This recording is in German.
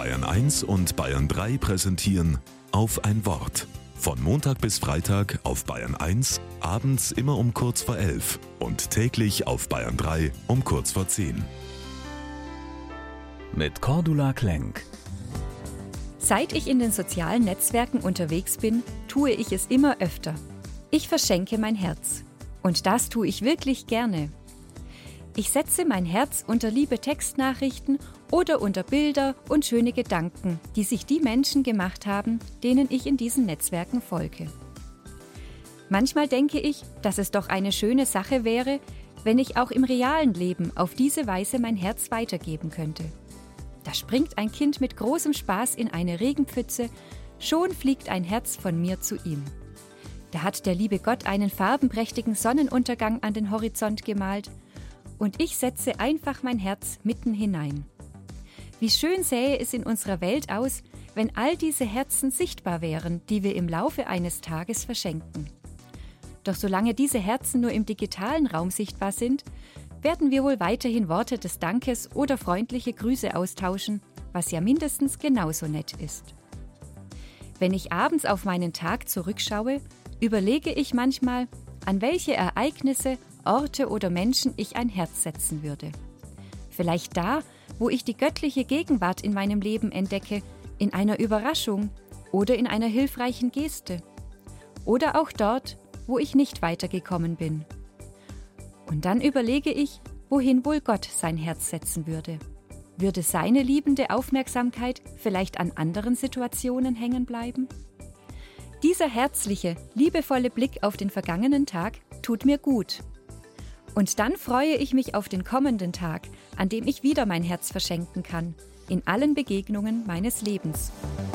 Bayern 1 und Bayern 3 präsentieren Auf ein Wort. Von Montag bis Freitag auf Bayern 1, abends immer um kurz vor 11 und täglich auf Bayern 3 um kurz vor 10. Mit Cordula Klenk. Seit ich in den sozialen Netzwerken unterwegs bin, tue ich es immer öfter. Ich verschenke mein Herz. Und das tue ich wirklich gerne. Ich setze mein Herz unter liebe Textnachrichten oder unter Bilder und schöne Gedanken, die sich die Menschen gemacht haben, denen ich in diesen Netzwerken folge. Manchmal denke ich, dass es doch eine schöne Sache wäre, wenn ich auch im realen Leben auf diese Weise mein Herz weitergeben könnte. Da springt ein Kind mit großem Spaß in eine Regenpfütze, schon fliegt ein Herz von mir zu ihm. Da hat der liebe Gott einen farbenprächtigen Sonnenuntergang an den Horizont gemalt und ich setze einfach mein Herz mitten hinein. Wie schön sähe es in unserer Welt aus, wenn all diese Herzen sichtbar wären, die wir im Laufe eines Tages verschenken. Doch solange diese Herzen nur im digitalen Raum sichtbar sind, werden wir wohl weiterhin Worte des Dankes oder freundliche Grüße austauschen, was ja mindestens genauso nett ist. Wenn ich abends auf meinen Tag zurückschaue, überlege ich manchmal, an welche Ereignisse, Orte oder Menschen ich ein Herz setzen würde. Vielleicht da, wo ich die göttliche Gegenwart in meinem Leben entdecke, in einer Überraschung oder in einer hilfreichen Geste. Oder auch dort, wo ich nicht weitergekommen bin. Und dann überlege ich, wohin wohl Gott sein Herz setzen würde. Würde seine liebende Aufmerksamkeit vielleicht an anderen Situationen hängen bleiben? Dieser herzliche, liebevolle Blick auf den vergangenen Tag tut mir gut. Und dann freue ich mich auf den kommenden Tag, an dem ich wieder mein Herz verschenken kann, in allen Begegnungen meines Lebens.